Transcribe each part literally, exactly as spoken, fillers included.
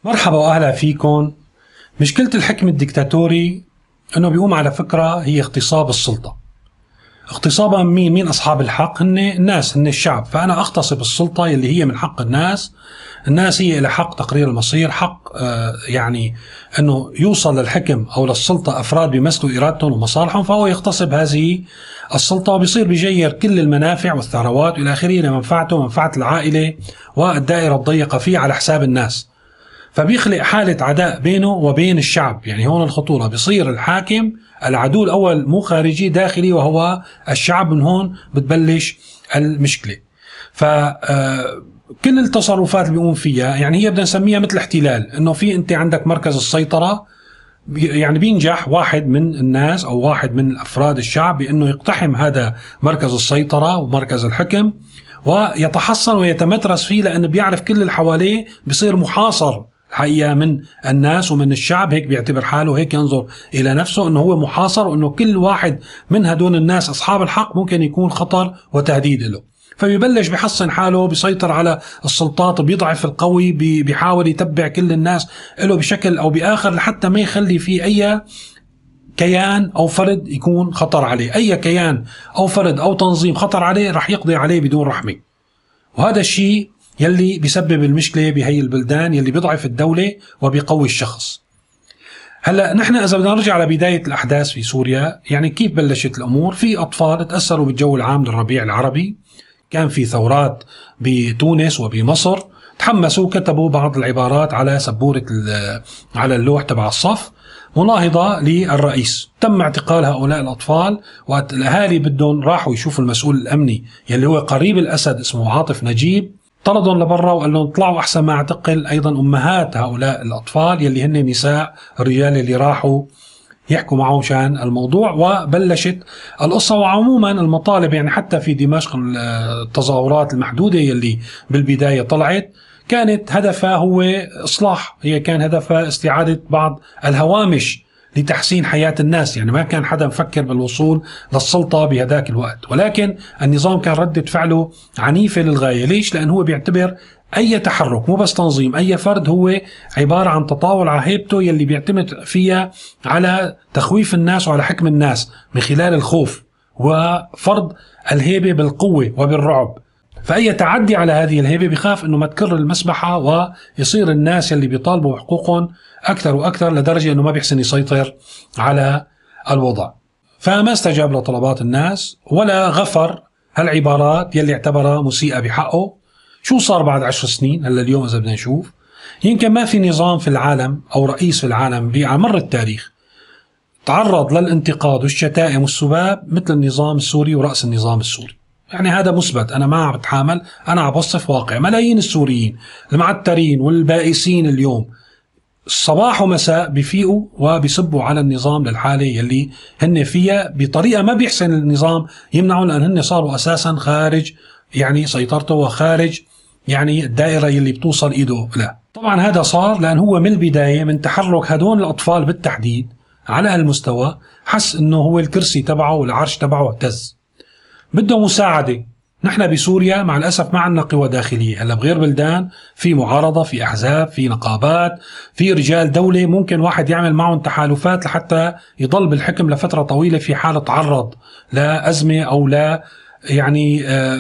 مرحبا وأهلا فيكم. مشكلة الحكم الدكتاتوري أنه بيقوم على فكرة هي اغتصاب السلطة. اغتصابها من مين؟ مين أصحاب الحق؟ هن الناس، هن الشعب. فأنا أغتصب السلطة اللي هي من حق الناس. الناس هي إلى حق تقرير المصير، حق آه يعني أنه يوصل للحكم أو للسلطة أفراد بيمثلوا إرادتهم ومصالحهم، فهو يغتصب هذه السلطة وبيصير بيجير كل المنافع والثروات إلى آخره لمنفعته ومنفعة العائلة والدائرة الضيقة فيه على حساب الناس. فبيخلق حالة عداء بينه وبين الشعب. يعني هون الخطورة، بيصير الحاكم العدو الأول مو خارجي، داخلي، وهو الشعب. من هون بتبلش المشكلة. فكل التصرفات اللي بيقوم فيها يعني هي بدنا نسميها مثل احتلال، انه في انت عندك مركز السيطرة، يعني بينجح واحد من الناس او واحد من افراد الشعب بانه يقتحم هذا مركز السيطرة ومركز الحكم ويتحصن ويتمترس فيه، لأنه بيعرف كل اللي حواليه، بيصير محاصر حقيقة من الناس ومن الشعب. هيك بيعتبر حاله، هيك ينظر إلى نفسه أنه هو محاصر، وأنه كل واحد من هدول الناس أصحاب الحق ممكن يكون خطر وتهديد له. فبيبلش بيحصن حاله، بيسيطر على السلطات، بيضعف القوي، بيحاول يتبع كل الناس له بشكل أو بآخر لحتى ما يخلي فيه أي كيان أو فرد يكون خطر عليه. أي كيان أو فرد أو تنظيم خطر عليه رح يقضي عليه بدون رحمة. وهذا الشيء يلي بيسبب المشكلة بهي البلدان، يلي بيضعف الدولة وبيقوي الشخص. هلأ نحن إذا بدنا نرجع على بداية الأحداث في سوريا، يعني كيف بلشت الأمور؟ في أطفال تأثروا بالجو العام للربيع العربي، كان في ثورات بتونس وبمصر، تحمسوا، كتبوا بعض العبارات على سبورة على اللوح تبع الصف مناهضة للرئيس. تم اعتقال هؤلاء الأطفال، والأهالي بدهم راحوا يشوفوا المسؤول الأمني يلي هو قريب الأسد اسمه عاطف نجيب، طردهم لبرا وقال لهم اطلعوا أحسن ما اعتقل أيضا أمهات هؤلاء الأطفال يلي هن نساء الرجال اللي راحوا يحكوا معه شان الموضوع. وبلشت القصة. وعموما المطالب يعني حتى في دمشق التظاهرات المحدودة يلي بالبداية طلعت كانت هدفها هو إصلاح، هي كان هدفها استعادة بعض الهوامش لتحسين حياة الناس. يعني ما كان حدا مفكر بالوصول للسلطة بهداك الوقت، ولكن النظام كان ردة فعله عنيفة للغاية. ليش؟ لأنه هو بيعتبر أي تحرك، مو بس تنظيم، أي فرد هو عبارة عن تطاول على هيبته يلي بيعتمد فيها على تخويف الناس وعلى حكم الناس من خلال الخوف وفرض الهيبة بالقوة وبالرعب. فأي تعدي على هذه الهيبة بيخاف أنه ما تكرر المسبحة ويصير الناس اللي بيطالبوا بحقوقهم أكثر وأكثر، لدرجة أنه ما بيحسن يسيطر على الوضع. فما استجاب لطلبات الناس ولا غفر هالعبارات يلي اعتبرها مسيئة بحقه. شو صار بعد عشر سنين؟ هلا اليوم إذا بدنا نشوف، يمكن ما في نظام في العالم أو رئيس في العالم على مر التاريخ تعرض للانتقاد والشتائم والسباب مثل النظام السوري ورأس النظام السوري. يعني هذا مثبت، أنا ما عم بتحامل، أنا عم بوصف واقع. ملايين السوريين المعترين والبائسين اليوم صباح ومساء بيفيقوا وبيسبوا على النظام للحالة يلي هن فيها بطريقة ما بيحسن النظام يمنعوا، لأن هن صاروا أساسا خارج يعني سيطرته وخارج يعني الدائرة يلي بتوصل إيده لا. طبعا هذا صار لأن هو من البداية من تحرك هدول الأطفال بالتحديد على هالمستوى حس إنه هو الكرسي تبعه والعرش تبعه اهتز، بده مساعدة. نحن بسوريا مع الأسف ما عندنا قوى داخلية. هلا بغير بلدان في معارضة، في أحزاب، في نقابات، في رجال دولة ممكن واحد يعمل معهم تحالفات لحتى يضل بالحكم لفترة طويلة في حال تعرض لأزمة أو لا يعني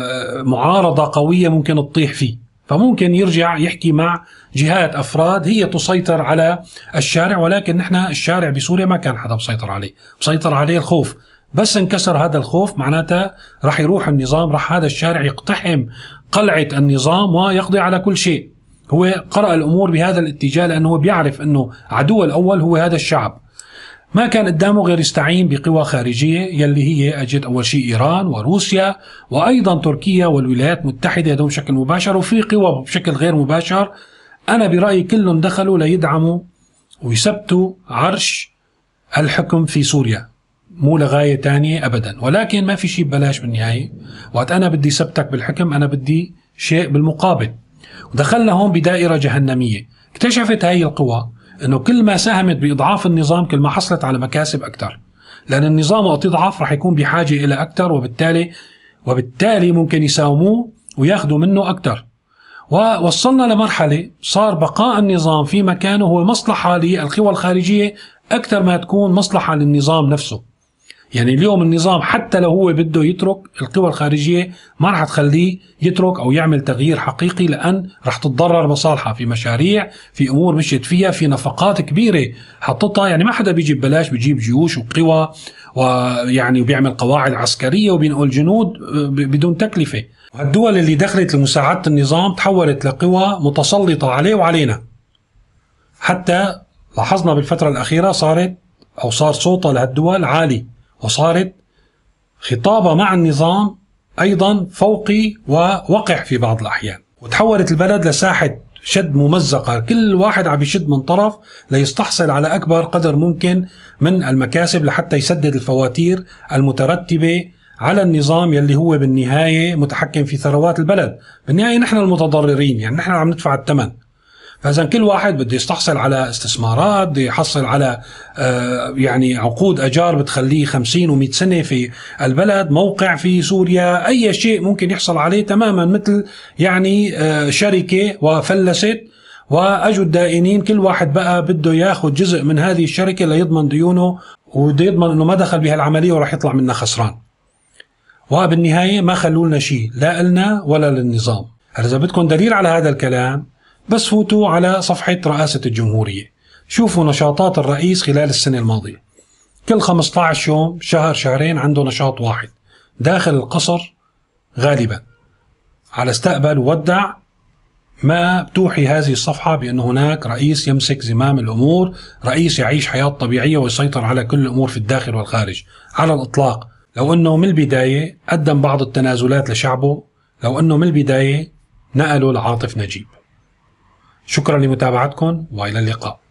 معارضة قوية ممكن تطيح فيه، فممكن يرجع يحكي مع جهات أفراد هي تسيطر على الشارع. ولكن نحن الشارع بسوريا ما كان حدا مسيطر عليه، مسيطر عليه الخوف. بس انكسر هذا الخوف معناته رح يروح النظام، رح هذا الشارع يقتحم قلعة النظام ويقضي على كل شيء. هو قرأ الأمور بهذا الاتجاه لأنه هو بيعرف أنه عدو الأول هو هذا الشعب. ما كان قدامه غير يستعين بقوى خارجية يلي هي أجد أول شيء إيران وروسيا وأيضا تركيا والولايات المتحدة يدهم بشكل مباشر، وفي قوى بشكل غير مباشر. أنا برأيي كلهم دخلوا ليدعموا ويثبتوا عرش الحكم في سوريا، مو لغاية تانية أبدا. ولكن ما في شيء ببلاش بالنهاية. وقت أنا بدي ثبتك بالحكم أنا بدي شيء بالمقابل. ودخلنا هون بدائرة جهنمية. اكتشفت هاي القوى أنه كل ما ساهمت بإضعاف النظام كل ما حصلت على مكاسب أكثر، لأن النظام وقت يضعف رح يكون بحاجة إلى أكثر، وبالتالي وبالتالي ممكن يساوموه وياخدوا منه أكثر. ووصلنا لمرحلة صار بقاء النظام في مكانه هو مصلحة للقوى الخارجية أكثر ما تكون مصلحة للنظام نفسه. يعني اليوم النظام حتى لو هو بده يترك، القوى الخارجية ما رح تخليه يترك أو يعمل تغيير حقيقي، لأن رح تتضرر مصالحه في مشاريع، في أمور مشيت فيها، في نفقات كبيرة حطتها. يعني ما حدا بيجي ببلاش، بيجيب جيوش وقوى ويعني وبيعمل قواعد عسكرية وبينقل جنود بدون تكلفة. الدول اللي دخلت لمساعدة النظام تحولت لقوى متسلطة عليه وعلينا. حتى لاحظنا بالفترة الأخيرة صارت أو صار صوتها لهالدول عالي، وصارت خطابة مع النظام أيضا فوقي ووقح في بعض الأحيان، وتحولت البلد لساحة شد ممزقة، كل واحد عم يشد من طرف ليستحصل على أكبر قدر ممكن من المكاسب لحتى يسدد الفواتير المترتبة على النظام يلي هو بالنهاية متحكم في ثروات البلد. بالنهاية نحن المتضررين، يعني نحن عم ندفع الثمن. فإذا كل واحد بده يستحصل على استثمارات، بده يحصل على آه يعني عقود أجار بتخليه خمسين ومئة سنة في البلد، موقع في سوريا، أي شيء ممكن يحصل عليه تماما، مثل يعني آه شركة وفلست وأجوا الدائنين، كل واحد بقى بده ياخد جزء من هذه الشركة ليضمن ديونه، وبده يضمن أنه ما دخل بها العملية وراح يطلع منها خسران. وبالنهاية ما خلوا لنا شيء، لا لنا ولا للنظام. إذا بدكم دليل على هذا الكلام بس فوتوا على صفحة رئاسة الجمهورية، شوفوا نشاطات الرئيس خلال السنة الماضية. كل خمسة عشر يوم، شهر شهرين عنده نشاط واحد داخل القصر غالبا، على استقبل وودع. ما بتوحي هذه الصفحة بأن هناك رئيس يمسك زمام الأمور، رئيس يعيش حياة طبيعية ويسيطر على كل الأمور في الداخل والخارج على الإطلاق. لو أنه من البداية قدم بعض التنازلات لشعبه، لو أنه من البداية نقله لعاطف نجيب. شكرا لمتابعتكم وإلى اللقاء.